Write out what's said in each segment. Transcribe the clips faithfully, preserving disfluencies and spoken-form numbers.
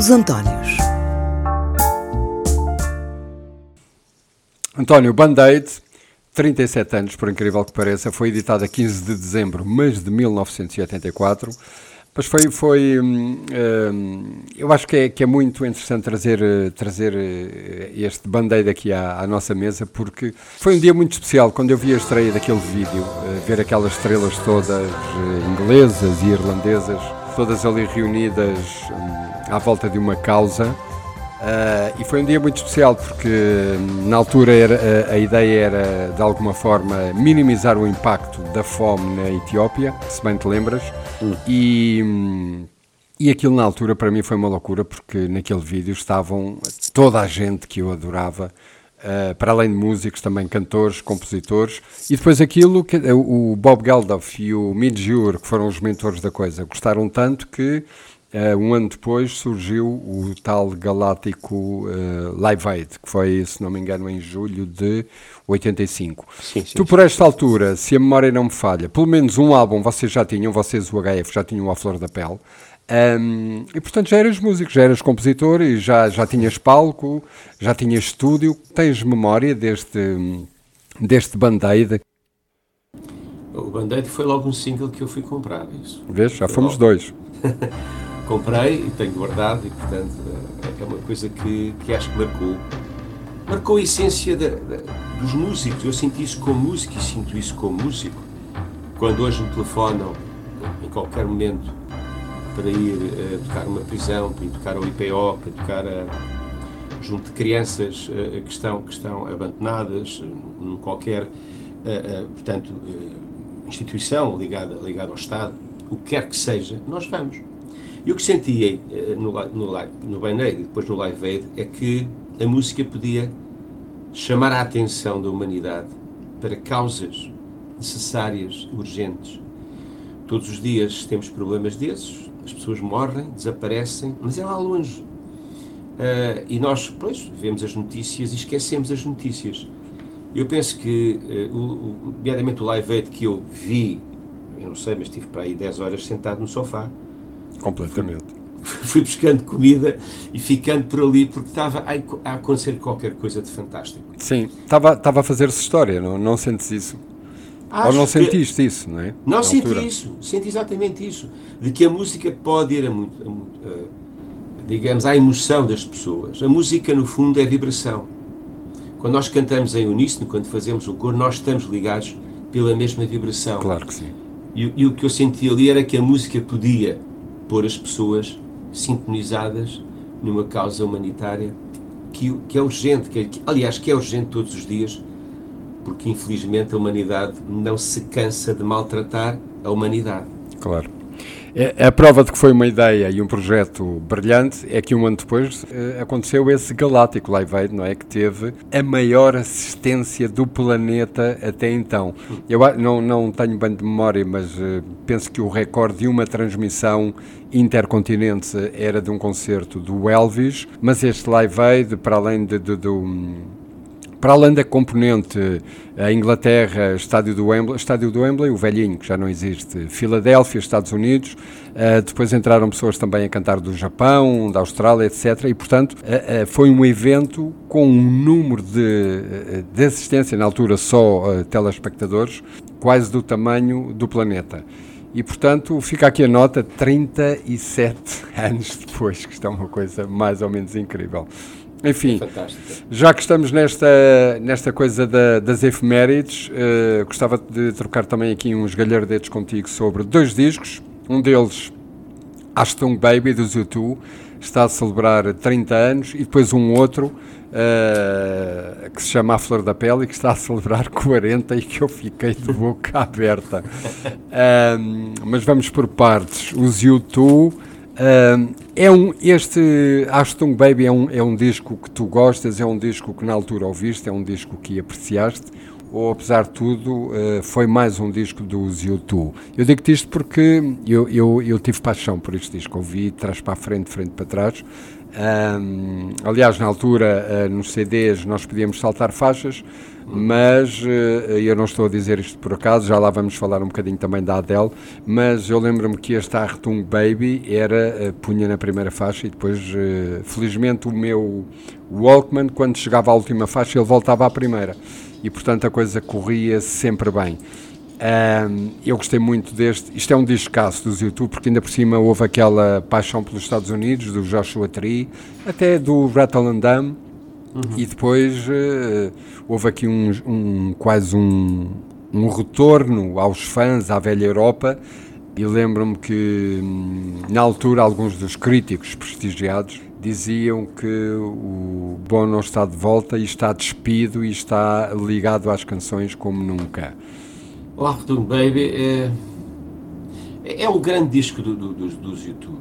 Os Antónios. António, Band-Aid, trinta e sete anos, por incrível que pareça, foi editado a quinze de dezembro, mas de mil novecentos e oitenta e quatro. Mas foi, foi hum, hum, eu acho que é, que é muito interessante trazer, trazer este Band-Aid aqui à, à nossa mesa, porque foi um dia muito especial quando eu vi a estreia daquele vídeo, ver aquelas estrelas todas inglesas e irlandesas, todas ali reunidas hum, à volta de uma causa. Uh, e foi um dia muito especial porque na altura era, a, a ideia era de alguma forma minimizar o impacto da fome na Etiópia, se bem te lembras, hum. e, e aquilo na altura para mim foi uma loucura porque naquele vídeo estavam toda a gente que eu adorava, uh, para além de músicos, também cantores, compositores, e depois aquilo que o Bob Geldof e o Midge Ure, que foram os mentores da coisa, gostaram tanto que Uh, um ano depois surgiu o tal galáctico uh, Live Aid, que foi, se não me engano, em julho de oitenta e cinco. Sim, sim, tu, por esta altura, se a memória não me falha, pelo menos um álbum vocês já tinham, vocês, o H F, já tinham a Flor da Pele. Um, e, portanto, já eras músico, já eras compositor e já, já tinhas palco, já tinhas estúdio. Tens memória deste, deste Band-Aid? O Band-Aid foi logo um single que eu fui comprar. Isso. Vês? Já foi fomos logo. dois. Comprei e tenho guardado e, portanto, é uma coisa que, que acho que marcou. Marcou a essência da, da, dos músicos. Eu senti isso como músico e sinto isso como músico. Quando hoje me telefonam, em qualquer momento, para ir uh, tocar uma prisão, para ir tocar ao I P O, para tocar uh, junto de crianças uh, que, estão, que estão abandonadas, uh, em qualquer, uh, uh, portanto, uh, instituição ligada, ligada ao Estado, o que quer que seja, nós vamos. E o que senti no, no, no Band-Aid e depois no Live Aid é que a música podia chamar a atenção da humanidade para causas necessárias, urgentes. Todos os dias temos problemas desses, as pessoas morrem, desaparecem, mas é lá longe. Uh, e nós, pois, vemos as notícias e esquecemos as notícias. Eu penso que, uh, o, nomeadamente o Live Aid que eu vi, eu não sei, mas estive para aí dez horas sentado no sofá. Completamente. Fui, fui buscando comida e ficando por ali porque estava a, a acontecer qualquer coisa de fantástico. Sim, estava, estava a fazer-se história, não, não sentes isso? Acho Ou não que... sentiste isso, não é? Não Na senti altura. isso, senti exatamente isso, de que a música pode ir a muito, a muito a, digamos, à emoção das pessoas. A música, no fundo, é vibração. Quando nós cantamos em uníssono, quando fazemos o coro, nós estamos ligados pela mesma vibração. Claro que sim. E, e o que eu senti ali era que a música podia pôr as pessoas sintonizadas numa causa humanitária que, que é urgente, que, que, aliás, que é urgente todos os dias, porque infelizmente a humanidade não se cansa de maltratar a humanidade. Claro. É, a prova de que foi uma ideia e um projeto brilhante é que um ano depois eh, aconteceu esse galáctico Live Aid, não é? Que teve a maior assistência do planeta até então. Eu não, não tenho bem de memória, mas eh, penso que o recorde de uma transmissão intercontinente era de um concerto do Elvis, mas este Live Aid, para além de, de, de um... Para além da componente a Inglaterra, estádio do Wembley, estádio do Wembley, o velhinho, que já não existe, Filadélfia, Estados Unidos, uh, depois entraram pessoas também a cantar do Japão, da Austrália, etcétera. E, portanto, uh, uh, foi um evento com um número de, de assistência, na altura só uh, telespectadores, quase do tamanho do planeta. E, portanto, fica aqui a nota, trinta e sete anos depois, que isto é uma coisa mais ou menos incrível. Enfim, é já que estamos nesta, nesta coisa da, das efemérides, uh, gostava de trocar também aqui uns galhardetes contigo sobre dois discos. Um deles, Achtung Baby, dos U dois, está a celebrar trinta anos, e depois um outro, uh, que se chama A Flor da Pele, e que está a celebrar quarenta, e que eu fiquei de boca aberta. Um, mas vamos por partes. Os U dois... Uh, é um, este Achtung Baby é um, é um disco que tu gostas, é um disco que na altura ouviste, é um disco que apreciaste, ou apesar de tudo uh, foi mais um disco dos U dois? Eu digo-te isto porque eu, eu, eu tive paixão por este disco, ouvi de trás para a frente, de frente para trás, Um, aliás, na altura, uh, nos C Ds, nós podíamos saltar faixas, mas uh, eu não estou a dizer isto por acaso, já lá vamos falar um bocadinho também da Adele, mas eu lembro-me que este Achtung Baby era, uh, punha na primeira faixa e depois, uh, felizmente, o meu Walkman, quando chegava à última faixa, ele voltava à primeira e, portanto, a coisa corria sempre bem. Um, eu gostei muito deste, isto é um discaço dos YouTube, porque ainda por cima houve aquela paixão pelos Estados Unidos, do Joshua Tree, até do Rattle and Dum, uhum. E depois uh, houve aqui um, um quase um, um retorno aos fãs, à velha Europa, e lembro-me que na altura alguns dos críticos prestigiados diziam que o Bono está de volta e está despido e está ligado às canções como nunca. O Achtung Baby é, é o grande disco do, do, dos, dos YouTube.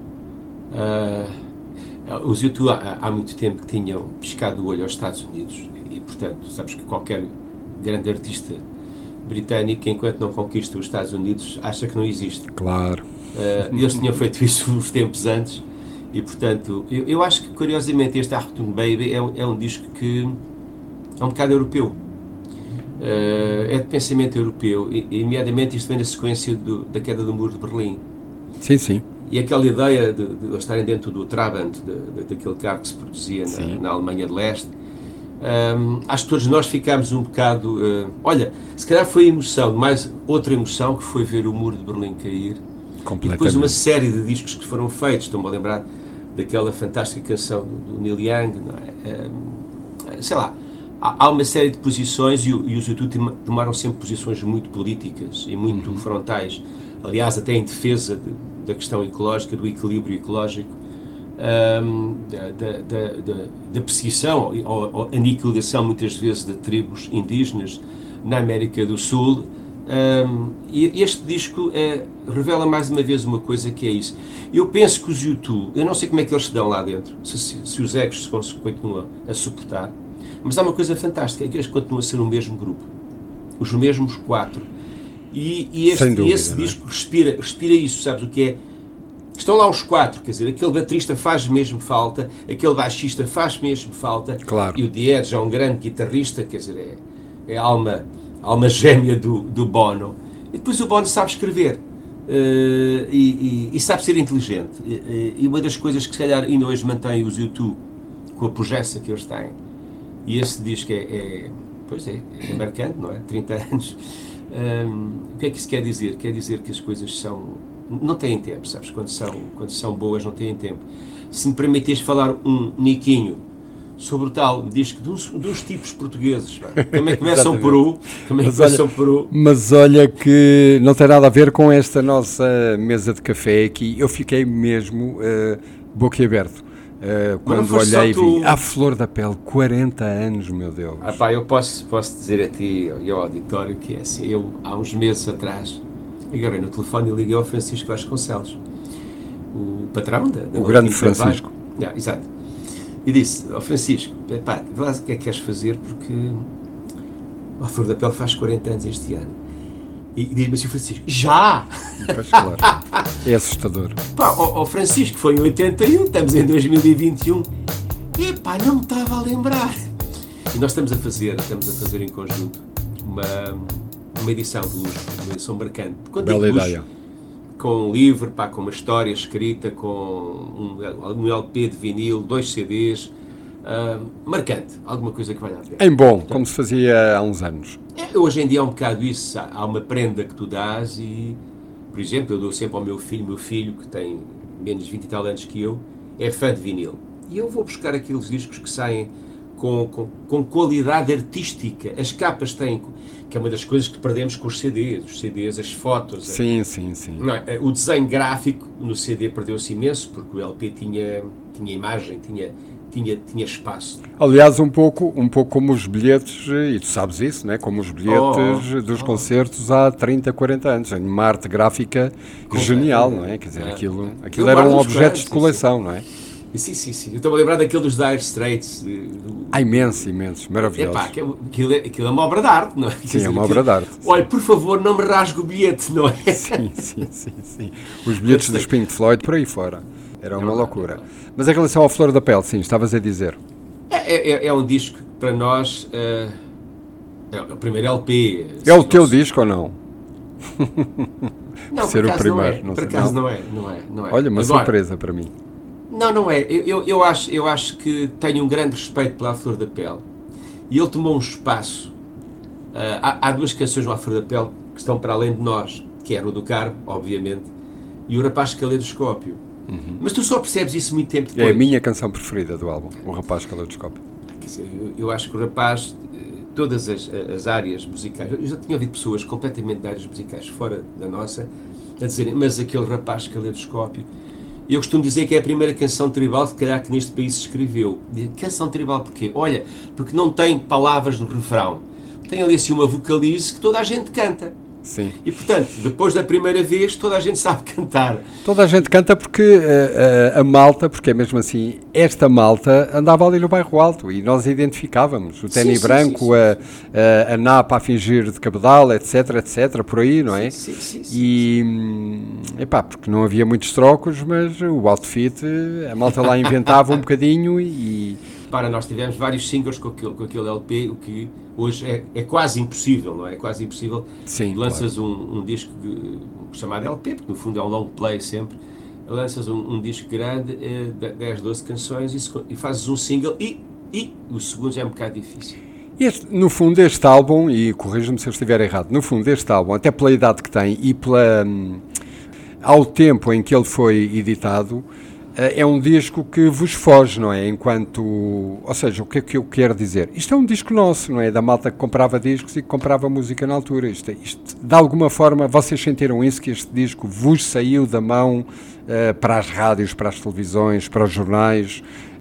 Uh, os YouTube há, há muito tempo que tinham piscado o olho aos Estados Unidos e, portanto, sabes que qualquer grande artista britânico, enquanto não conquista os Estados Unidos, acha que não existe. Claro. Uh, eles tinham feito isso uns tempos antes e, portanto, eu, eu acho que, curiosamente, este Achtung Baby é, é um disco que é um bocado europeu. Uh, é de pensamento europeu e, e imediatamente isto vem na sequência do, da queda do muro de Berlim. Sim, sim. E aquela ideia de, de eles estarem dentro do Trabant, de, de, daquele carro que se produzia na, na Alemanha de Leste, um, acho que todos nós ficámos um bocado... Uh, olha, se calhar foi a emoção, mais outra emoção que foi ver o muro de Berlim cair. E depois uma série de discos que foram feitos, estou-me a lembrar daquela fantástica canção do, do Neil Young, não é? Um, sei lá, há uma série de posições e, e os YouTube tomaram sempre posições muito políticas e muito uhum. frontais, aliás até em defesa de, da questão ecológica, do equilíbrio ecológico, um, da, da, da, da perseguição ou, ou aniquilação muitas vezes de tribos indígenas na América do Sul. Um, e este disco é, revela mais uma vez uma coisa que é isso. Eu penso que os YouTube, eu não sei como é que eles se dão lá dentro, se, se, se os egos se continuam a suportar. Mas há uma coisa fantástica, é que eles continuam a ser o mesmo grupo, os mesmos quatro. E, e, este, dúvida, e esse disco respira, respira isso, sabes o que é? Estão lá os quatro, quer dizer, aquele baterista faz mesmo falta, aquele baixista faz mesmo falta, claro. E o The Edge é um grande guitarrista, quer dizer, é, é a alma, a alma gêmea do, do Bono. E depois o Bono sabe escrever, uh, e, e, e sabe ser inteligente. E, e uma das coisas que se calhar ainda hoje mantém os YouTube, com a pujança que eles têm, e esse disco é, é, pois é, é marcante, não é? trinta anos. Um, o que é que isso quer dizer? Quer dizer que as coisas são... não têm tempo, sabes? Quando são, quando são boas não têm tempo. Se me permitires falar um niquinho sobre o tal disco dos, dos tipos portugueses, também começam por U, também mas começam olha, por U. Mas olha que não tem nada a ver com esta nossa mesa de café aqui. Eu fiquei mesmo uh, boquiaberto. Uh, quando olhei e vi, à flor da pele, quarenta anos, meu Deus. Ah, pá, eu posso, posso dizer a ti e ao auditório que é assim, eu há uns meses atrás agarrei no telefone e liguei ao Francisco Vasconcelos, o patrão da, da o grande Francisco. Yeah, exato. E disse ao Francisco, pá, vê lá o que é que queres fazer, porque a flor da pele faz quarenta anos este ano. E diz-me assim, Francisco, já! Pois, claro. É assustador. Pá, o, o Francisco foi em oitenta e um, estamos em dois mil e vinte e um. E pá, não me estava a lembrar. E nós estamos a fazer, estamos a fazer em conjunto uma, uma edição de luxo, uma edição marcante. Quando Bela ideia. Com um livro, pá, com uma história escrita, com um, um L P de vinil, dois C Ds, uh, marcante, alguma coisa que valha a pena. Em bom, portanto, como se fazia há uns anos. É, hoje em dia é um bocado isso, há uma prenda que tu dás e, por exemplo, eu dou sempre ao meu filho, meu filho que tem menos de vinte e tal anos que eu, é fã de vinil. E eu vou buscar aqueles discos que saem com, com, com qualidade artística. As capas têm, que é uma das coisas que perdemos com os C Ds, os C Ds, as fotos. Sim, a, sim, sim. Não é? O desenho gráfico no C D perdeu-se imenso, porque o L P tinha, tinha imagem, tinha, tinha, tinha espaço. Aliás, um pouco, um pouco como os bilhetes, e tu sabes isso, não é? Como os bilhetes oh, dos oh. concertos há trinta, quarenta anos. Uma arte gráfica com genial, não é? Quer dizer, é, aquilo, aquilo eram objetos de coleção, sim, não é? Sim, sim, sim. Eu estou a lembrar daquele dos Dire Straits. Do... Há imensos, imensos, maravilhosos. Epá, aquilo, é, aquilo é uma obra de arte, não é? Sim, dizer, é uma obra aquilo... de arte. Olha, por favor, não me rasgue o bilhete, não é? Sim, sim, sim, sim. Os bilhetes dos Pink Floyd, por aí fora. Era é uma verdade, loucura. É Mas em relação ao Flor da Pele, sim, estavas a dizer. é, é, é um disco que para nós uh, é o primeiro L P. É o Assim, teu nosso... disco ou não? Não, Ser por o acaso primeiro, não é. não Por sei, acaso não? não é, não é, não é. Olha, uma Agora, surpresa para mim. Não, não é. Eu, eu, eu, acho, eu acho que tenho um grande respeito pela Flor da Pele. E ele tomou um espaço. Uh, há, há duas canções do Flor da Pele que estão para além de nós, que é o do Carmo, obviamente, e o Rapaz Caleidoscópio. Uhum. Mas tu só percebes isso muito tempo depois. É a minha canção preferida do álbum, O Rapaz Caleidoscópio. Eu, eu acho que o rapaz, todas as, as áreas musicais, eu já tinha ouvido pessoas completamente de áreas musicais fora da nossa, a dizerem, mas aquele Rapaz Caleidoscópio. Eu costumo dizer que é a primeira canção tribal, se calhar, que neste país se escreveu. Canção tribal porquê? Olha, porque não tem palavras no refrão. Tem ali assim uma vocalize que toda a gente canta. Sim. E, portanto, depois da primeira vez, toda a gente sabe cantar. Toda a gente canta porque uh, uh, a malta, porque é mesmo assim, esta malta andava ali no bairro alto e nós identificávamos. O ténis branco, sim, sim, a, a, a napa a fingir de cabedal, etc, etc, por aí, não é? Sim, sim, sim, e, sim. Epá, porque não havia muitos trocos, mas o outfit, a malta lá inventava um bocadinho e... Para, nós tivemos vários singles com aquele, com aquele L P, o que hoje é, é quase impossível, não é? É quase impossível. Sim, lanças claro. um, um disco de, chamado L P, porque no fundo é um long play sempre, lanças um, um disco grande, eh, dez, doze canções e, e fazes um single e, e o segundo já é um bocado difícil. Este, no fundo este álbum, e corrija-me se eu estiver errado, no fundo este álbum, até pela idade que tem e pela, hum, ao tempo em que ele foi editado, é um disco que vos foge, não é? Enquanto... Ou seja, o que é que eu quero dizer? Isto é um disco nosso, não é? Da malta que comprava discos e que comprava música na altura. Isto, isto, de alguma forma, vocês sentiram isso, que este disco vos saiu da mão uh, para as rádios, para as televisões, para os jornais.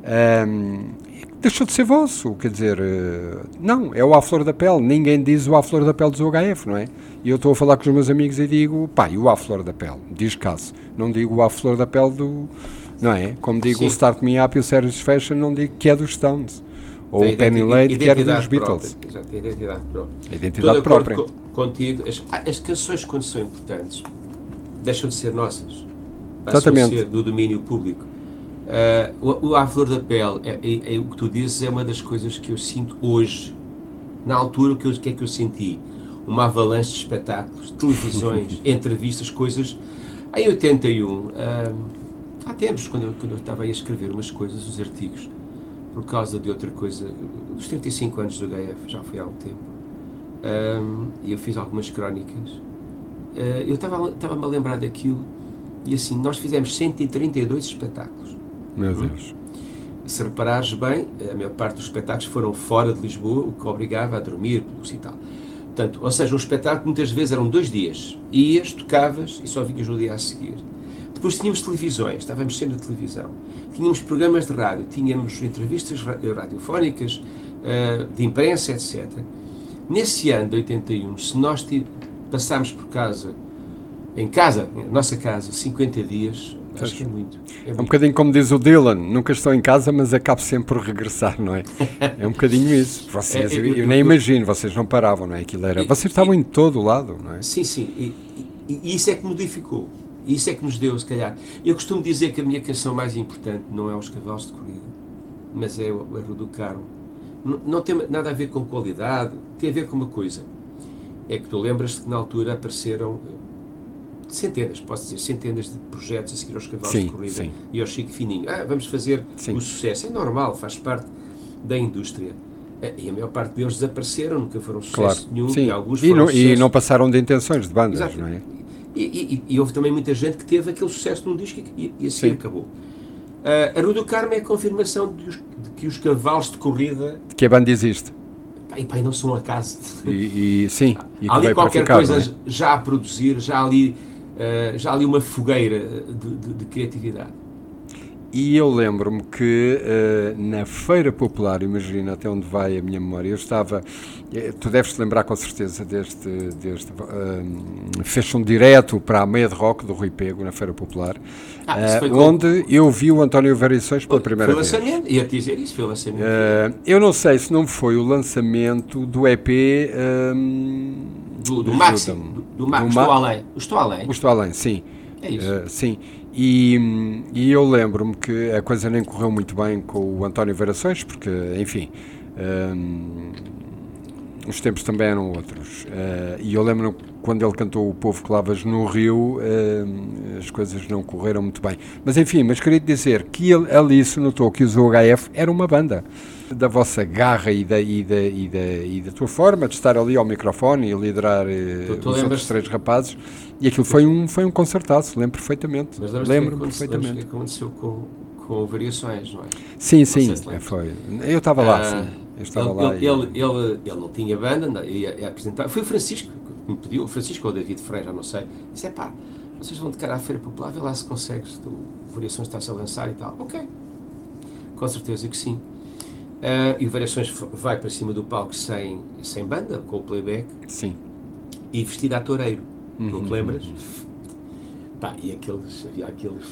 Um, deixou de ser vosso, quer dizer... Uh, não, é o À Flor da Pele. Ninguém diz o À Flor da Pele do U H F, não é? E eu estou a falar com os meus amigos e digo, pá, e o À Flor da Pele? Diz caso. Não digo o À Flor da Pele do... Não é? Como digo, sim, o Start Me Up e o Serge's Fashion, não digo que é dos Stones. Ou tem o Penny Lane, que é dos Beatles. Exato, tem identidade própria. A identidade própria. Co contigo, as, as canções, quando são importantes, deixam de ser nossas. Passam a ser do domínio público. Uh, o, o À Flor da Pele, é, é, é, o que tu dizes, é uma das coisas que eu sinto hoje. Na altura, o que, eu, que é que eu senti? Uma avalanche de espetáculos, televisões, entrevistas, coisas. Em oitenta e um... Uh, há tempos, quando eu, quando eu estava a escrever umas coisas, os artigos, por causa de outra coisa, dos trinta e cinco anos do U H F, já foi há algum tempo, um, e eu fiz algumas crónicas, uh, eu estava-me a lembrar daquilo, e assim, nós fizemos cento e trinta e dois espetáculos. Meu Deus. Se reparares bem, a maior parte dos espetáculos foram fora de Lisboa, o que obrigava a dormir, e tal. Portanto, ou seja, um espetáculo muitas vezes eram dois dias, ias, tocavas e só vinhas no dia a seguir. Depois tínhamos televisões, estávamos sempre na televisão, tínhamos programas de rádio, tínhamos entrevistas radiofónicas, uh, de imprensa, etcétera. Nesse ano de oitenta e um, se nós passámos por casa, em casa, em nossa casa, cinquenta dias, acho que é muito. É, é um bocadinho como diz o Dylan, nunca estou em casa, mas acabo sempre por regressar, não é? É um bocadinho isso. Vocês, é, eu, eu, eu nem eu, imagino, vocês não paravam, não é? Aquilo era, vocês estavam em todo o lado, não é? Sim, sim, e, e, e isso é que modificou. Isso é que nos deu, se calhar. Eu costumo dizer que a minha canção mais importante não é Os Cavalos de Corrida, mas é o Erro do Carmo. Não, não tem nada a ver com qualidade, tem a ver com uma coisa. É que tu lembras-te que na altura apareceram centenas, posso dizer, centenas de projetos a seguir aos Cavalos sim, de Corrida sim. e ao Chico Fininho. Ah, vamos fazer sim. o sucesso. É normal, faz parte da indústria. E a maior parte deles desapareceram, nunca foram sucesso claro. nenhum. Sim. E, alguns e, foram não, sucesso. e não passaram de intenções de bandas, exato. Não é? E, e, e houve também muita gente que teve aquele sucesso num disco e, e assim Sim. acabou. Uh, a Rua do Carmo é a confirmação de, os, de que os cavalos de corrida... De que a banda existe. E pá, não são um acaso. E, e, sim. E há ali qualquer ficar, coisa é? já a produzir, já ali, uh, já ali uma fogueira de, de, de criatividade. E eu lembro-me que uh, na Feira Popular, imagina até onde vai a minha memória, eu estava, tu deves-te lembrar com certeza deste, deste uh, fez um direto para a Meia de Rock do Rui Pego, na Feira Popular, ah, uh, onde eu vi o António Variações pela primeira foi vez. Foi lançamento, ia-te dizer isso, foi o lançamento. Uh, eu não sei se não foi o lançamento do E P... Um, do do Máximo, do, do, do, do Estou Além. Estou Além. Estou Além, sim. É isso. Uh, sim, e, e eu lembro-me que a coisa nem correu muito bem com o António Variações, porque, enfim, um, os tempos também eram outros. Uh, e eu lembro-me quando ele cantou O Povo que Lavas no Rio, uh, as coisas não correram muito bem. Mas, enfim, mas queria dizer que ele, ali se notou que os U H F era uma banda. Da vossa garra e da, e, da, e, da, e da tua forma de estar ali ao microfone e liderar uh, tu, tu os outros três rapazes. E aquilo foi um, foi um concertaço, lembro perfeitamente. Mas lembro-me que perfeitamente. O que aconteceu com, com Variações, não é? Sim, sim, se é, foi. Eu estava lá, ah, sim. Eu estava ele, lá. Ele, e... ele, ele, ele não tinha banda, não, ia, ia apresentar. Foi o Francisco que me pediu, o Francisco ou o David Freire, já não sei. Disse: é pá, vocês vão de cara à Feira Popular, vê lá se consegues, o Variações está-se a lançar e tal. Ok, com certeza que sim. Uh, e o Variações vai para cima do palco sem, sem banda, com o playback. Sim. E vestido a toureiro. Uhum, não te lembras? Uhum. Pá, e aqueles, havia aqueles,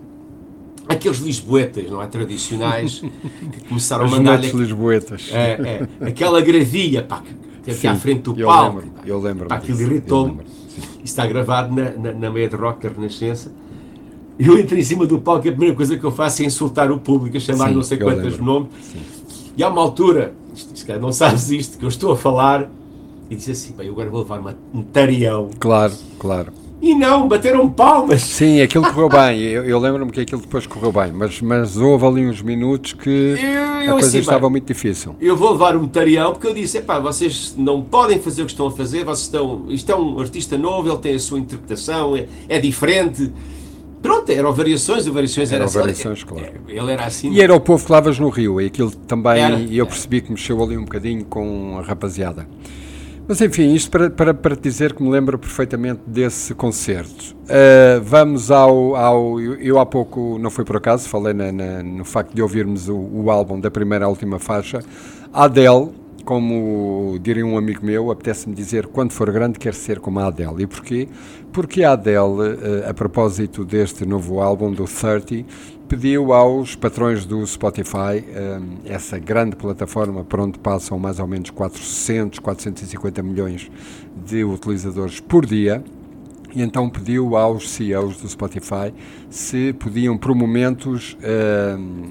aqueles lisboetas, não é? Tradicionais, que começaram As a mandar... As lisboetas. É, é, aquela gravia, pá, que aqui à frente do eu palco. Lembro, eu lembro. Pá, aquilo irritou-me. Isso está gravado na, na, na meia de rock da Renascença. Eu entro em cima do palco e a primeira coisa que eu faço é insultar o público, a chamar sim, não sei quantos nomes. Sim. E há uma altura, isto, isto, não sabes isto, que eu estou a falar e disse assim: bem, eu agora vou levar uma, um tarião. Claro, claro. E não, bateram palmas. Sim, aquilo correu bem. Eu, eu lembro-me que aquilo depois correu bem, mas, mas houve ali uns minutos que eu, eu a coisa assim, estava bem, muito difícil. Eu vou levar um tarião porque eu disse: epá, vocês não podem fazer o que estão a fazer, vocês estão, isto é um artista novo, ele tem a sua interpretação, é, é diferente. Pronto, eram variações, o Variações era, era variações, assim. Claro. Ele era assim. E era O Povo que Lavas no Rio, e aquilo também, era, e eu percebi que mexeu ali um bocadinho com a rapaziada. Mas enfim, isto para, para, para dizer que me lembro perfeitamente desse concerto. Uh, vamos ao, ao eu, eu há pouco, não foi por acaso, falei na, na, no facto de ouvirmos o, o álbum da primeira à última faixa. A Adele, como diria um amigo meu, apetece-me dizer: quando for grande quer ser como a Adele. E porquê? Porque a Adele, uh, a propósito deste novo álbum do trinta, pediu aos patrões do Spotify, um, essa grande plataforma por onde passam mais ou menos quatrocentos, quatrocentos e cinquenta milhões de utilizadores por dia, e então pediu aos C E Os do Spotify se podiam por momentos um,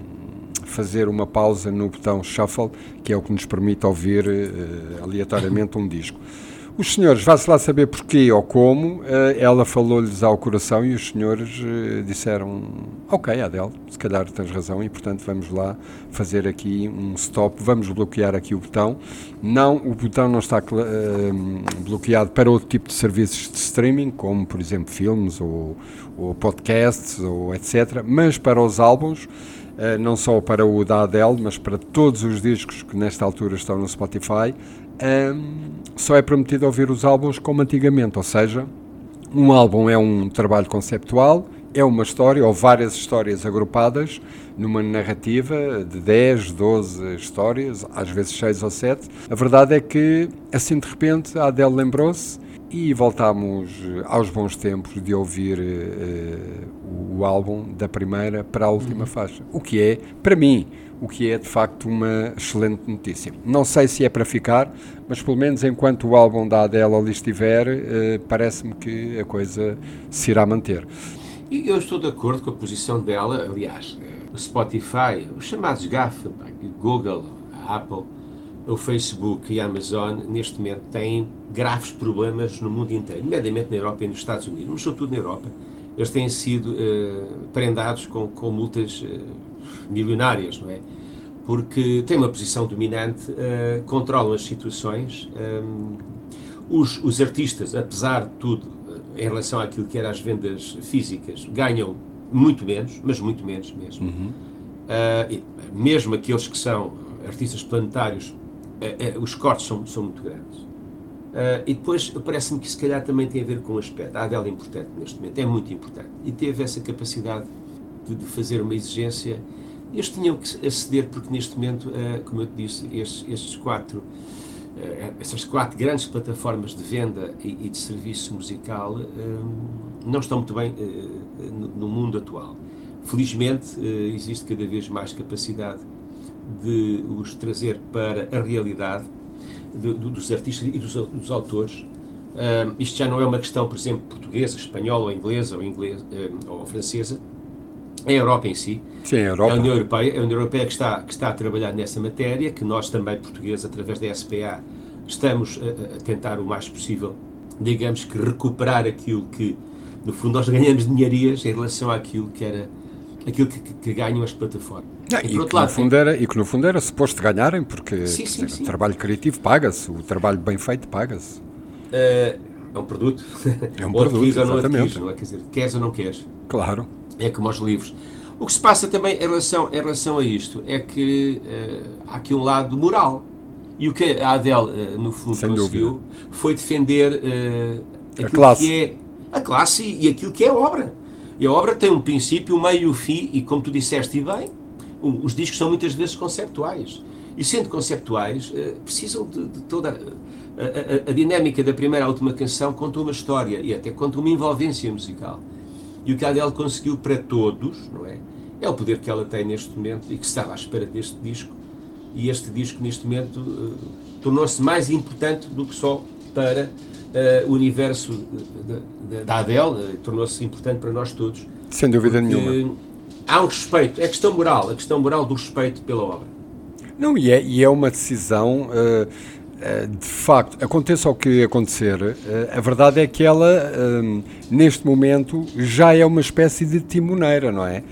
fazer uma pausa no botão Shuffle, que é o que nos permite ouvir uh, aleatoriamente um disco. Os senhores, vá-se lá saber porquê ou como, ela falou-lhes ao coração e os senhores disseram: ok, Adele, se calhar tens razão e, portanto, vamos lá fazer aqui um stop, vamos bloquear aqui o botão. Não, o botão não está uh, bloqueado para outro tipo de serviços de streaming, como, por exemplo, filmes ou, ou podcasts, ou etcétera, mas para os álbuns, uh, não só para o da Adele, mas para todos os discos que nesta altura estão no Spotify, Um, só é permitido ouvir os álbuns como antigamente, ou seja, um álbum é um trabalho conceptual, é uma história ou várias histórias agrupadas numa narrativa de dez, doze histórias, às vezes seis ou sete. A verdade é que, assim de repente, a Adele lembrou-se e voltámos aos bons tempos de ouvir uh, o álbum da primeira para a última uhum. faixa, o que é, para mim, o que é de facto uma excelente notícia. Não sei se é para ficar, mas pelo menos enquanto o álbum da Adele ali estiver, uh, parece-me que a coisa se irá manter. E eu estou de acordo com a posição dela. Aliás, o Spotify, os chamados GAFA, Google, a Apple, o Facebook e a Amazon, neste momento têm graves problemas no mundo inteiro, nomeadamente na Europa e nos Estados Unidos, mas sobretudo na Europa. Eles têm sido uh, prendados com, com multas uh, milionárias, não é? Porque têm uma posição dominante, uh, controlam as situações. Um, os, os artistas, apesar de tudo, uh, em relação àquilo que eram as vendas físicas, ganham muito menos, mas muito menos mesmo. Uhum. Uh, e, mesmo aqueles que são artistas planetários, uh, uh, os cortes são, são muito grandes. Uh, e depois parece-me que se calhar também tem a ver com o aspecto. A Adele é importante neste momento, é muito importante. E teve essa capacidade de, de fazer uma exigência. Eles tinham que aceder porque neste momento, uh, como eu te disse, estes, estes quatro, uh, essas quatro grandes plataformas de venda e, e de serviço musical uh, não estão muito bem uh, no, no mundo atual. Felizmente uh, existe cada vez mais capacidade de os trazer para a realidade de, de, dos artistas e dos, dos autores, Uh, isto já não é uma questão, por exemplo, portuguesa, espanhola, ou inglesa, ou, inglesa, uh, ou francesa. É a Europa em si. Sim, a Europa. É a União Europeia, é a União Europeia que está, que está a trabalhar nessa matéria, que nós também, portugueses, através da S P A, estamos a, a tentar o mais possível, digamos que recuperar aquilo que, no fundo, nós ganhamos dinheirias em relação àquilo que era, aquilo que, que, que ganham as plataformas. Não, e, e, que lado, no era, e que no fundo era suposto ganharem, porque sim, sim, dizer, sim. o trabalho criativo paga-se, o trabalho bem feito paga-se. Uh, é um produto. É um ou produto, adquires, exatamente. Ou não adquires, não é? Quer dizer, queres ou não queres. Claro. É como aos livros. O que se passa também em relação, em relação a isto é que uh, há aqui um lado moral. E o que a Adele, uh, no fundo, Sem conseguiu dúvida. foi defender uh, aquilo a classe. que é a classe e, e aquilo que é a obra. E a obra tem um princípio, um meio e um fim, e como tu disseste bem, um, os discos são muitas vezes conceptuais. E sendo conceptuais, uh, precisam de, de toda... A, a, a dinâmica da primeira à última canção conta uma história e até conta uma envolvência musical. E o que a Adele conseguiu para todos, não é? É o poder que ela tem neste momento e que estava à espera deste disco. E este disco, neste momento, uh, tornou-se mais importante do que só para uh, o universo de, de, da Adele, uh, tornou-se importante para nós todos. Sem dúvida nenhuma. Há um respeito, é a questão moral, a questão moral do respeito pela obra. Não, e é, e é uma decisão... Uh, de facto, aconteça o que acontecer, a verdade é que ela, neste momento, já é uma espécie de timoneira, não é?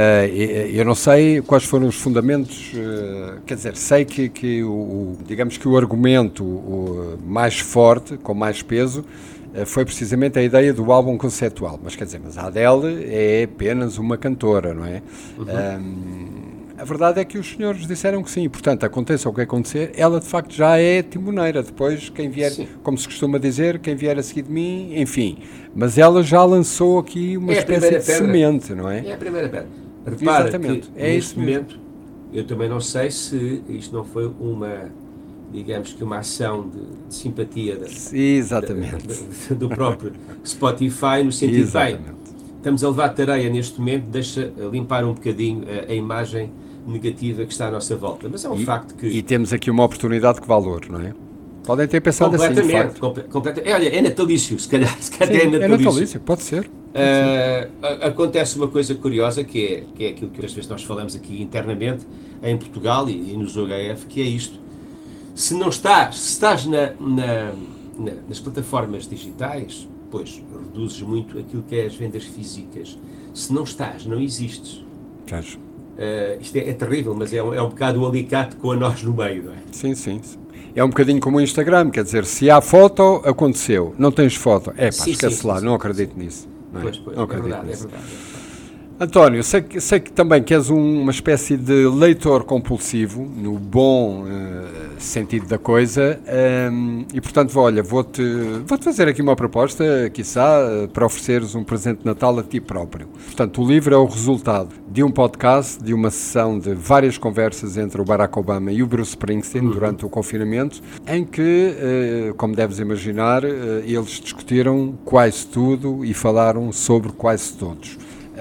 Eu não sei quais foram os fundamentos, quer dizer, sei que, que o, digamos que o argumento mais forte, com mais peso, foi precisamente a ideia do álbum conceptual, mas quer dizer, mas a Adele é apenas uma cantora, não é? Uhum. Um, A verdade é que os senhores disseram que sim, portanto, aconteça o que acontecer, ela de facto já é timoneira, depois quem vier, sim. Como se costuma dizer, quem vier a seguir de mim, enfim, mas ela já lançou aqui uma é espécie de pedra. semente, não é? É a primeira pedra. Repara Exatamente, que, é neste isso momento, eu também não sei se isto não foi uma, digamos que uma ação de, de simpatia da, Exatamente. Da, da, do próprio Spotify, no sentido, bem, estamos a levar tareia neste momento, deixa limpar um bocadinho a, a imagem negativa que está à nossa volta, mas é um e, facto que... E temos aqui uma oportunidade que valor, não é? Podem ter pensado assim, de facto. Completamente, completamente. É, olha, é natalício, se calhar, se calhar Sim, é natalício. É natalício, pode ser. Pode uh, ser. Acontece uma coisa curiosa, que é, que é aquilo que às vezes nós falamos aqui internamente, em Portugal e, e nos O H F, que é isto. Se não estás, se estás na, na, na, nas plataformas digitais, pois, reduzes muito aquilo que é as vendas físicas. Se não estás, não existes. Claro. Uh, isto é, é terrível, mas é um, é um bocado o alicate com a nós no meio, não é? Sim, sim, sim. É um bocadinho como o Instagram, quer dizer, se há foto, aconteceu. Não tens foto. É pá, sim, esquece sim, lá, sim, não acredito sim. nisso. Não é? Pois, pois, não é acredito verdade, nisso. é verdade, é verdade. António, sei que, sei que também que és um, uma espécie de leitor compulsivo, no bom uh, sentido da coisa, um, e portanto, olha, vou-te vou-te fazer aqui uma proposta, quiçá, para ofereceres um presente de Natal a ti próprio. Portanto, o livro é o resultado de um podcast, de uma sessão de várias conversas entre o Barack Obama e o Bruce Springsteen uhum. durante o confinamento, em que, uh, como deves imaginar, uh, eles discutiram quase tudo e falaram sobre quase todos.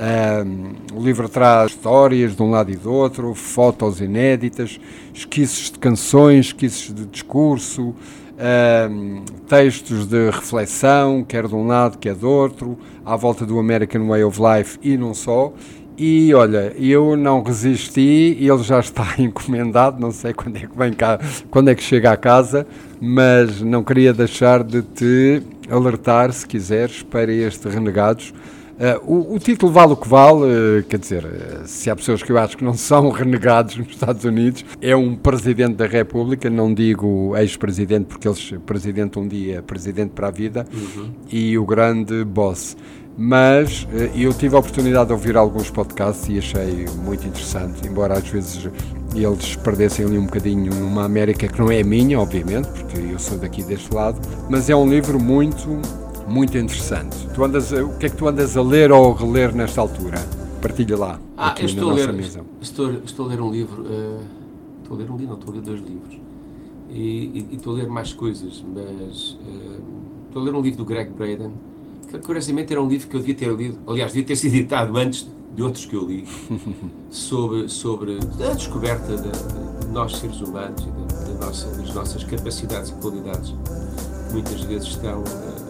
Um, o livro traz histórias de um lado e do outro, fotos inéditas, esquiços de canções, esquiços de discurso, um, textos de reflexão, quer de um lado, quer do outro, à volta do American Way of Life e não só. E olha, eu não resisti, ele já está encomendado, não sei quando é que vem cá, quando é que chega à casa, mas não queria deixar de te alertar, se quiseres, para este Renegados. Uh, o, o título vale o que vale, uh, quer dizer, uh, se há pessoas que eu acho que não são renegados nos Estados Unidos, é um presidente da República, não digo ex-presidente, porque eles, presidente um dia, presidente para a vida, uhum. e o grande boss. Mas uh, eu tive a oportunidade de ouvir alguns podcasts e achei muito interessante, embora às vezes eles perdessem ali um bocadinho numa América que não é a minha, obviamente, porque eu sou daqui deste lado, mas é um livro muito... muito interessante. Tu andas, o que é que tu andas a ler ou a reler nesta altura? Partilha lá. Ah, aqui eu estou, na a nossa ler, mesa. estou, estou a ler um livro, uh, estou a ler um livro, não, estou a ler dois livros. E, e, e estou a ler mais coisas, mas uh, estou a ler um livro do Greg Braden, que curiosamente era um livro que eu devia ter lido, aliás, devia ter sido editado antes de outros que eu li, sobre, sobre a descoberta de, de nós seres humanos e de, de nossa, das nossas capacidades e qualidades, que muitas vezes estão... Uh,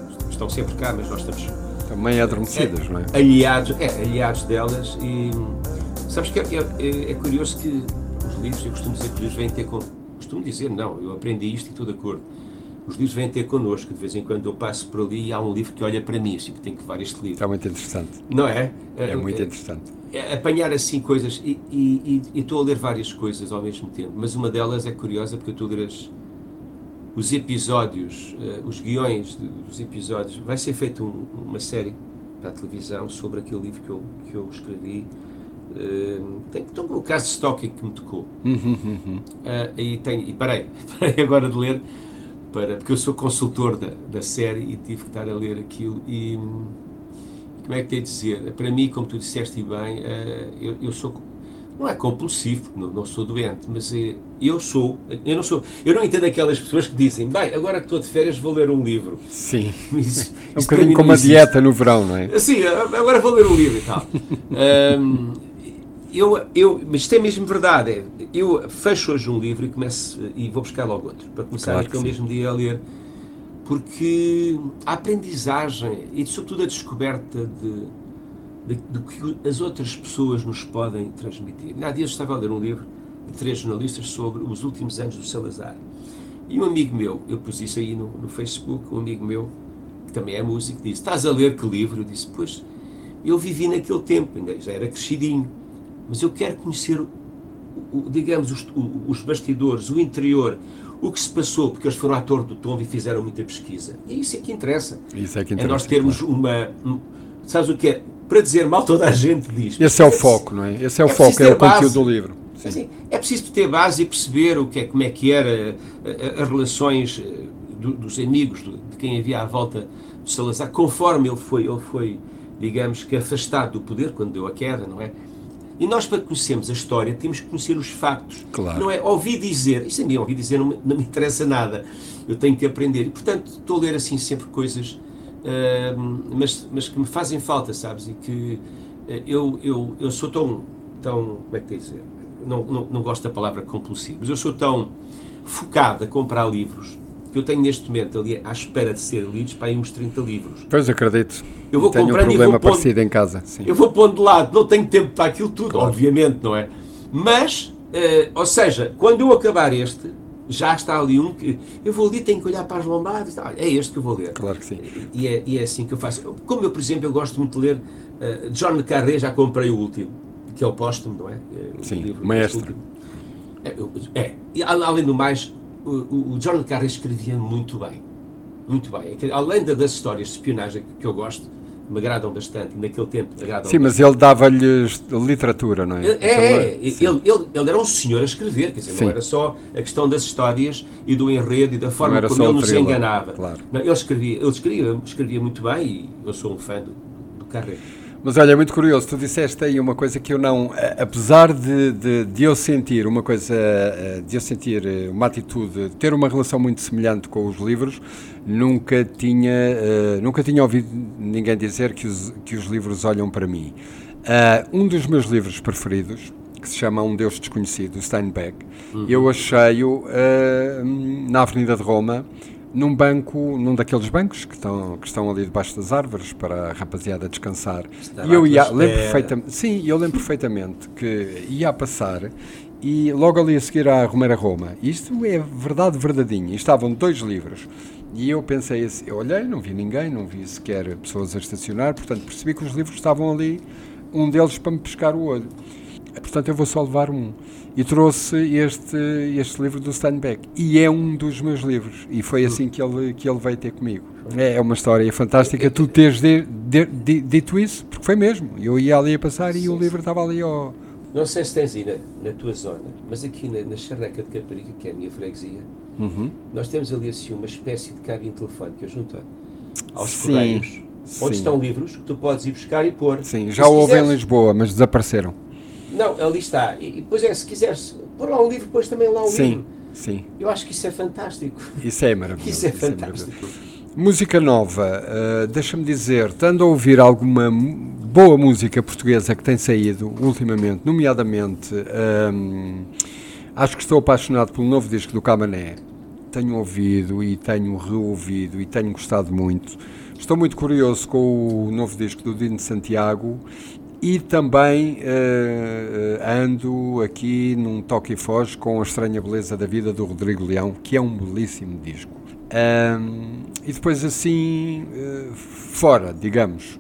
estão sempre cá, mas nós estamos também adormecidas, é, não é? Aliados, é, aliados delas. E sabes que é, é, é curioso que os livros, eu costumo dizer que os livros vêm ter com. Costumo dizer, não, eu aprendi isto e estou de acordo. Os livros vêm ter connosco, de vez em quando eu passo por ali e há um livro que olha para mim, assim, que tem que levar este livro. É muito interessante. Não é? É, é muito é, interessante. É apanhar assim coisas, e, e, e estou a ler várias coisas ao mesmo tempo, mas uma delas é curiosa porque eu estou a ler as, os episódios, uh, os guiões dos episódios. Vai ser feita um, uma série para a televisão sobre aquele livro que eu, que eu escrevi. Uh, tem, então, o caso de Stocking que me tocou. Uhum, uhum. Uh, e, tenho, e parei, parei agora de ler, para, porque eu sou consultor da, da série e tive que estar a ler aquilo. E como é que tenho de dizer? Para mim, como tu disseste e bem, uh, eu, eu sou, não é compulsivo, não, não sou doente, mas uh, eu sou, eu não sou, eu não entendo aquelas pessoas que dizem, bem, agora que estou de férias vou ler um livro. Sim, isso, é um bocadinho como a dieta no verão, não é? Sim, agora vou ler um livro e tal. um, eu, eu, mas isto é mesmo verdade, é, eu fecho hoje um livro e começo, e vou buscar logo outro, para começar claro naquele mesmo dia a ler, porque a aprendizagem e sobretudo a descoberta de, de, de que as outras pessoas nos podem transmitir. Há dias estava a ler um livro de três jornalistas sobre os últimos anos do Salazar, e um amigo meu, eu pus isso aí no, no Facebook, um amigo meu que também é músico, disse, estás a ler que livro? Eu disse, pois, eu vivi naquele tempo, ainda já era crescidinho, mas eu quero conhecer, o, o, digamos, os, o, os bastidores, o interior, o que se passou, porque eles foram à Torre do Tombo e fizeram muita pesquisa. E isso é que interessa. Isso é que interessa. É nós termos claro. uma... Um, sabes o que é? Para dizer mal toda a gente diz. Esse é o foco, não é? Esse é o é foco, é o base. conteúdo do livro. Sim. Sim, é preciso ter base e perceber o que é, como é que era as relações do, dos amigos, do, de quem havia à volta de Salazar, conforme ele foi, ele foi, digamos que afastado do poder, quando deu a queda, não é? E nós, para conhecermos a história, temos que conhecer os factos. Claro. Não é ouvir dizer, isso a mim, ouvir dizer não me, não me interessa nada, eu tenho que aprender. E, portanto, estou a ler assim sempre coisas, uh, mas, mas que me fazem falta, sabes? E que uh, eu, eu, eu sou tão, tão, como é que tem a dizer? Não, não, não gosto da palavra compulsivo, mas eu sou tão focado a comprar livros que eu tenho neste momento ali à espera de ser lidos para aí uns trinta livros. Pois acredito. Eu vou tenho um comprando problema e vou pondo, parecido em casa. Sim. Eu vou pondo de lado, não tenho tempo para aquilo tudo, claro. Obviamente, não é? Mas, uh, ou seja, quando eu acabar este, já está ali um que eu vou ali, tenho que olhar para as lombadas, ah, é este que eu vou ler. Claro que sim. E é, e é assim que eu faço. Como eu, por exemplo, eu gosto muito de ler uh, John le Carré, já comprei o último, que é o póstumo, não é? O sim, livro, maestro. É, é, e além do mais, o, o John le Carré escrevia muito bem. Muito bem. Além das histórias de espionagem que eu gosto, me agradam bastante, e naquele tempo me agradam Sim, bastante. mas ele dava-lhes literatura, não é? É, é, é. Ele, ele, ele era um senhor a escrever, quer dizer, sim. não era só a questão das histórias e do enredo e da forma como ele nos thriller, enganava. Claro. Não, ele escrevia, ele escrevia, escrevia muito bem e eu sou um fã do, do Carré. Mas olha, é muito curioso, tu disseste aí uma coisa que eu não, apesar de, de, de eu sentir uma coisa, de eu sentir uma atitude, de ter uma relação muito semelhante com os livros, nunca tinha, uh, nunca tinha ouvido ninguém dizer que os, que os livros olham para mim. Uh, um dos meus livros preferidos, que se chama Um Deus Desconhecido, Steinbeck, uhum. eu achei-o uh, na Avenida de Roma, num banco, num daqueles bancos que estão, que estão ali debaixo das árvores para a rapaziada descansar. Estava e eu ia, lembro perfeitamente, sim, eu lembro perfeitamente que ia a passar e logo ali a seguir à Romeira Roma, isto é verdade verdadeinha, e estavam dois livros. E eu pensei assim, eu olhei, não vi ninguém, não vi sequer pessoas a estacionar, portanto percebi que os livros estavam ali, um deles para me pescar o olho. Portanto eu vou só levar um. E trouxe este, este livro do Steinbeck. E é um dos meus livros. E foi assim que ele, que ele veio ter comigo. É uma história fantástica tu teres de, de, de, dito isso, porque foi mesmo. Eu ia ali a passar e sim, o livro estava ali ao... Não sei se tens aí na, na tua zona, mas aqui na, na Charreca de Caparica, que é a minha freguesia, uhum. nós temos ali assim uma espécie de cabine telefónica junto aos sim, correios, onde sim. estão livros que tu podes ir buscar e pôr. Sim, já houve em Lisboa, mas desapareceram. Não, ali está. E depois é, se quiseres pôr lá um livro, depois também lá um sim, livro. Sim. Eu acho que isso é fantástico. Isso é maravilhoso. Isso é isso fantástico. É música nova, uh, deixa-me dizer, estando a ouvir alguma boa música portuguesa que tem saído ultimamente, nomeadamente, um, acho que estou apaixonado pelo novo disco do Camané. tenho ouvido e tenho reouvido e tenho gostado muito. Estou muito curioso com o novo disco do Dino Santiago e também uh, ando aqui num toque e foge com A Estranha Beleza da Vida do Rodrigo Leão, que é um belíssimo disco. Um, e depois assim, uh, fora, digamos,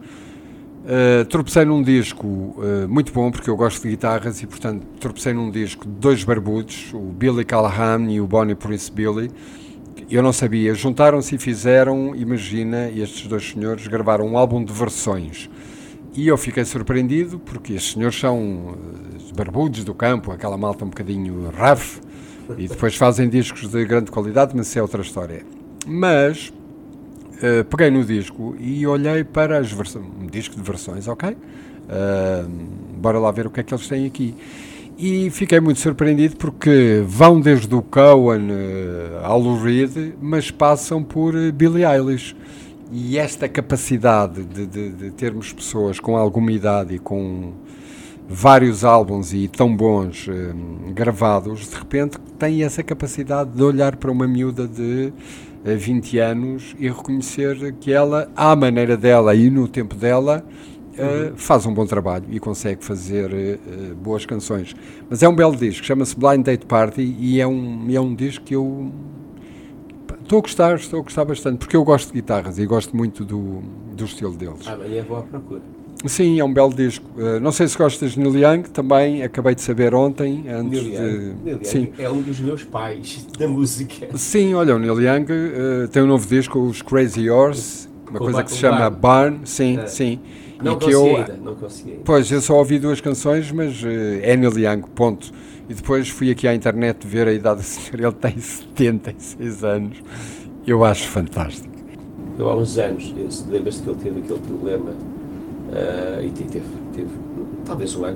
uh, tropecei num disco uh, muito bom, porque eu gosto de guitarras e, portanto, tropecei num disco de dois barbudos, o Billy Callahan e o Bonnie Prince Billy. Eu não sabia, juntaram-se e fizeram, imagina, estes dois senhores gravaram um álbum de versões. E eu fiquei surpreendido, porque estes senhores são uh, barbudos do campo, aquela malta um bocadinho rough, e depois fazem discos de grande qualidade, mas isso é outra história. Mas uh, peguei no disco e olhei para as versões, um disco de versões, ok? Uh, bora lá ver o que é que eles têm aqui. E fiquei muito surpreendido porque vão desde o Cohen uh, ao Lou Reed, mas passam por uh, Billie Eilish. E esta capacidade de, de, de termos pessoas com alguma idade e com vários álbuns e tão bons uh, gravados, de repente têm essa capacidade de olhar para uma miúda de uh, vinte anos e reconhecer que ela, à maneira dela e no tempo dela, uh, faz um bom trabalho e consegue fazer uh, boas canções. Mas é um belo disco, chama-se Blind Date Party e é um, é um disco que eu estou a gostar, estou a gostar bastante, porque eu gosto de guitarras e gosto muito do, do estilo deles. Amanhã vou à procura. Sim, é um belo disco. Uh, não sei se gostas de Neil Young, também acabei de saber ontem, antes Neil de... Young. Neil Young Sim. É um dos meus pais da música. Sim, olha, o Neil Young uh, tem um novo disco, os Crazy Horse, uma Com coisa ba- que se com chama Barn. Barn, sim, É. sim. Não E que consegui eu, ainda, não consegui ainda. Pois, eu só ouvi duas canções, mas uh, é Neil Young, ponto. E depois fui aqui à internet ver a idade do senhor, ele tem setenta e seis anos. Eu acho fantástico. Eu há uns anos, eu- lembras-te que ele teve aquele problema uh, e te- teve, teve talvez um ano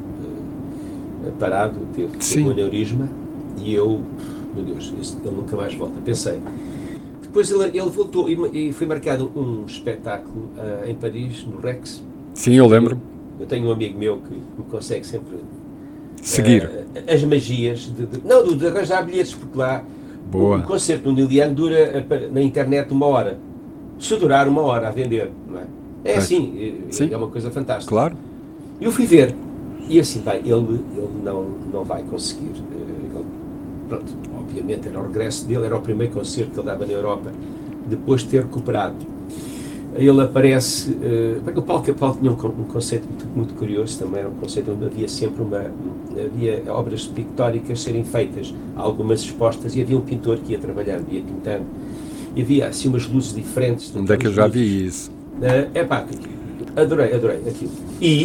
uh, parado, teve, Sim. teve um aneurisma e eu, meu Deus, esse- ele nunca mais volta. Pensei. Depois ele, ele voltou e, ma- e foi marcado um espetáculo uh, em Paris, no Rex. Sim, eu lembro. Eu, eu tenho um amigo meu que me consegue sempre Seguir. uh, as magias de, de, não, de, de arranjar bilhetes, porque lá Boa. o concerto do Neil Young dura uh, na internet uma hora. Se durar uma hora a vender, não é? É É. assim, é, Sim. é uma coisa fantástica. Claro. Eu fui ver e assim, bem, ele, ele não, não vai conseguir. uh, ele- pronto, obviamente era o regresso dele, era o primeiro concerto que ele dava na Europa, depois de ter recuperado. Ele aparece, uh, o Paulo, o Paulo tinha um, con- um conceito muito, muito curioso, também era um conceito onde havia sempre uma, havia obras pictóricas serem feitas, algumas expostas, e havia um pintor que ia trabalhando, ia pintando, e havia assim umas luzes diferentes. Onde é que eu já luzes. vi isso? É uh, pá, adorei, adorei aquilo. E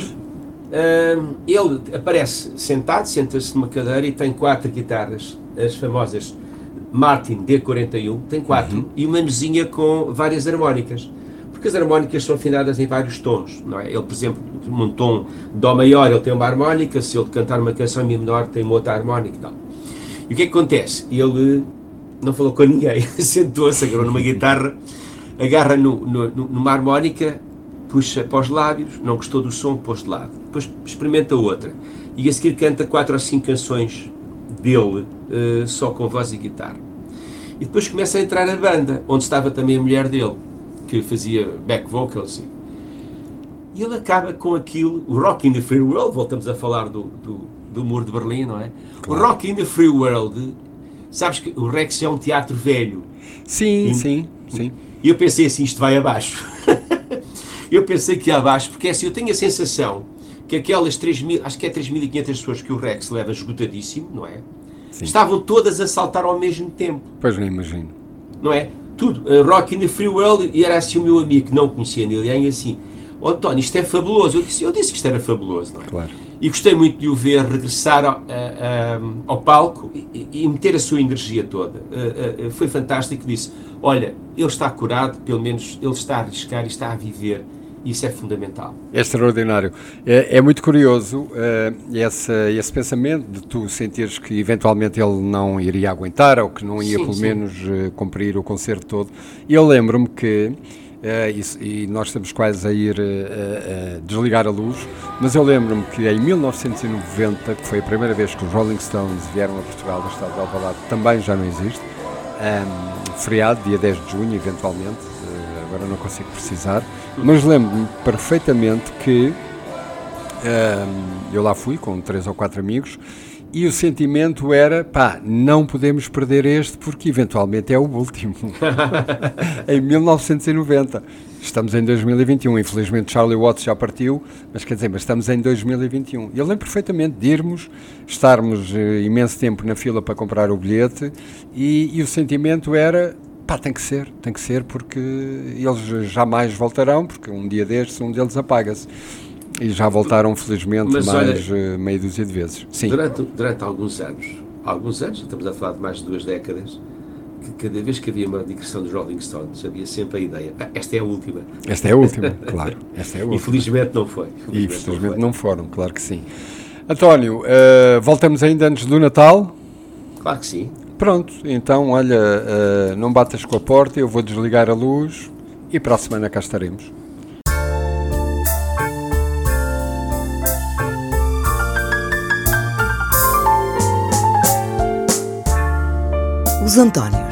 uh, ele aparece sentado, senta-se numa cadeira e tem quatro guitarras, as famosas Martin D quarenta e um, tem quatro, Uhum. e uma mesinha com várias harmónicas. Porque as harmónicas são afinadas em vários tons, não é? Ele, por exemplo, num tom Dó maior, ele tem uma harmónica, se ele cantar uma canção em Mi menor, tem uma outra harmónica e tal. E o que é que acontece? Ele não falou com ninguém, sentou-se, agarrou numa guitarra, agarra no, no, numa harmónica, puxa para os lábios, não gostou do som, pôs de lado. Depois experimenta outra. E a seguir canta quatro ou cinco canções dele, uh, só com voz e guitarra. E depois começa a entrar a banda, onde estava também a mulher dele, que fazia back vocals. E ele acaba com aquilo, o Rock in the Free World, voltamos a falar do, do, do Muro de Berlim, não é? Claro. O Rock in the Free World, sabes que o Rex é um teatro velho. Sim, E- sim, sim. E eu pensei assim, isto vai abaixo. Eu pensei que ia abaixo, porque assim, eu tenho a sensação que aquelas três mil, acho que é três mil e quinhentas pessoas que o Rex leva esgotadíssimo, não é? Sim. Estavam todas a saltar ao mesmo tempo, Pois nem imagino. não é? Tudo, uh, Rock in the Free World, e era assim o meu amigo que não conhecia Neil Young, assim, oh, António, isto é fabuloso. Eu disse, eu disse que isto era fabuloso, não é? Claro. E gostei muito de o ver regressar ao, a- a- ao palco e, e meter a sua energia toda. Uh, uh, foi fantástico. Disse: olha, ele está curado, pelo menos ele está a arriscar e está a viver. Isso é fundamental. É extraordinário. É, é muito curioso uh, esse, esse pensamento de tu sentires que eventualmente ele não iria aguentar ou que não ia Sim, pelo sim. menos uh, cumprir o concerto todo. E eu lembro-me que, uh, isso, e nós estamos quase a ir uh, uh, uh, desligar a luz, mas eu lembro-me que em mil novecentos e noventa, que foi a primeira vez que os Rolling Stones vieram a Portugal, do estado de Alvalade, também já não existe, um, feriado, dia dez de junho, eventualmente, uh, agora não consigo precisar, mas lembro-me perfeitamente que um, eu lá fui com três ou quatro amigos e o sentimento era, pá, não podemos perder este porque eventualmente é o último. Em mil novecentos e noventa. Estamos em dois mil e vinte e um, infelizmente Charlie Watts já partiu, mas quer dizer, mas estamos em dois mil e vinte e um. E eu lembro perfeitamente de irmos, estarmos uh, imenso tempo na fila para comprar o bilhete e, e o sentimento era, pá, tem que ser, tem que ser porque eles jamais voltarão, porque um dia destes um deles apaga-se. E já voltaram, felizmente, mas, mais olha, uh, meia dúzia de vezes. Sim. Durante, durante alguns anos, alguns anos, estamos a falar de mais de duas décadas, que cada vez que havia uma digressão dos Rolling Stones, havia sempre a ideia, ah, esta é a última. Esta é a última, claro. Esta é a última. Infelizmente não foi. E infelizmente não, não foram, claro que sim. António, uh, voltamos ainda antes do Natal? Claro que sim. Pronto, então, olha, uh, não batas com a porta, eu vou desligar a luz e para a semana cá estaremos. Os Antónios.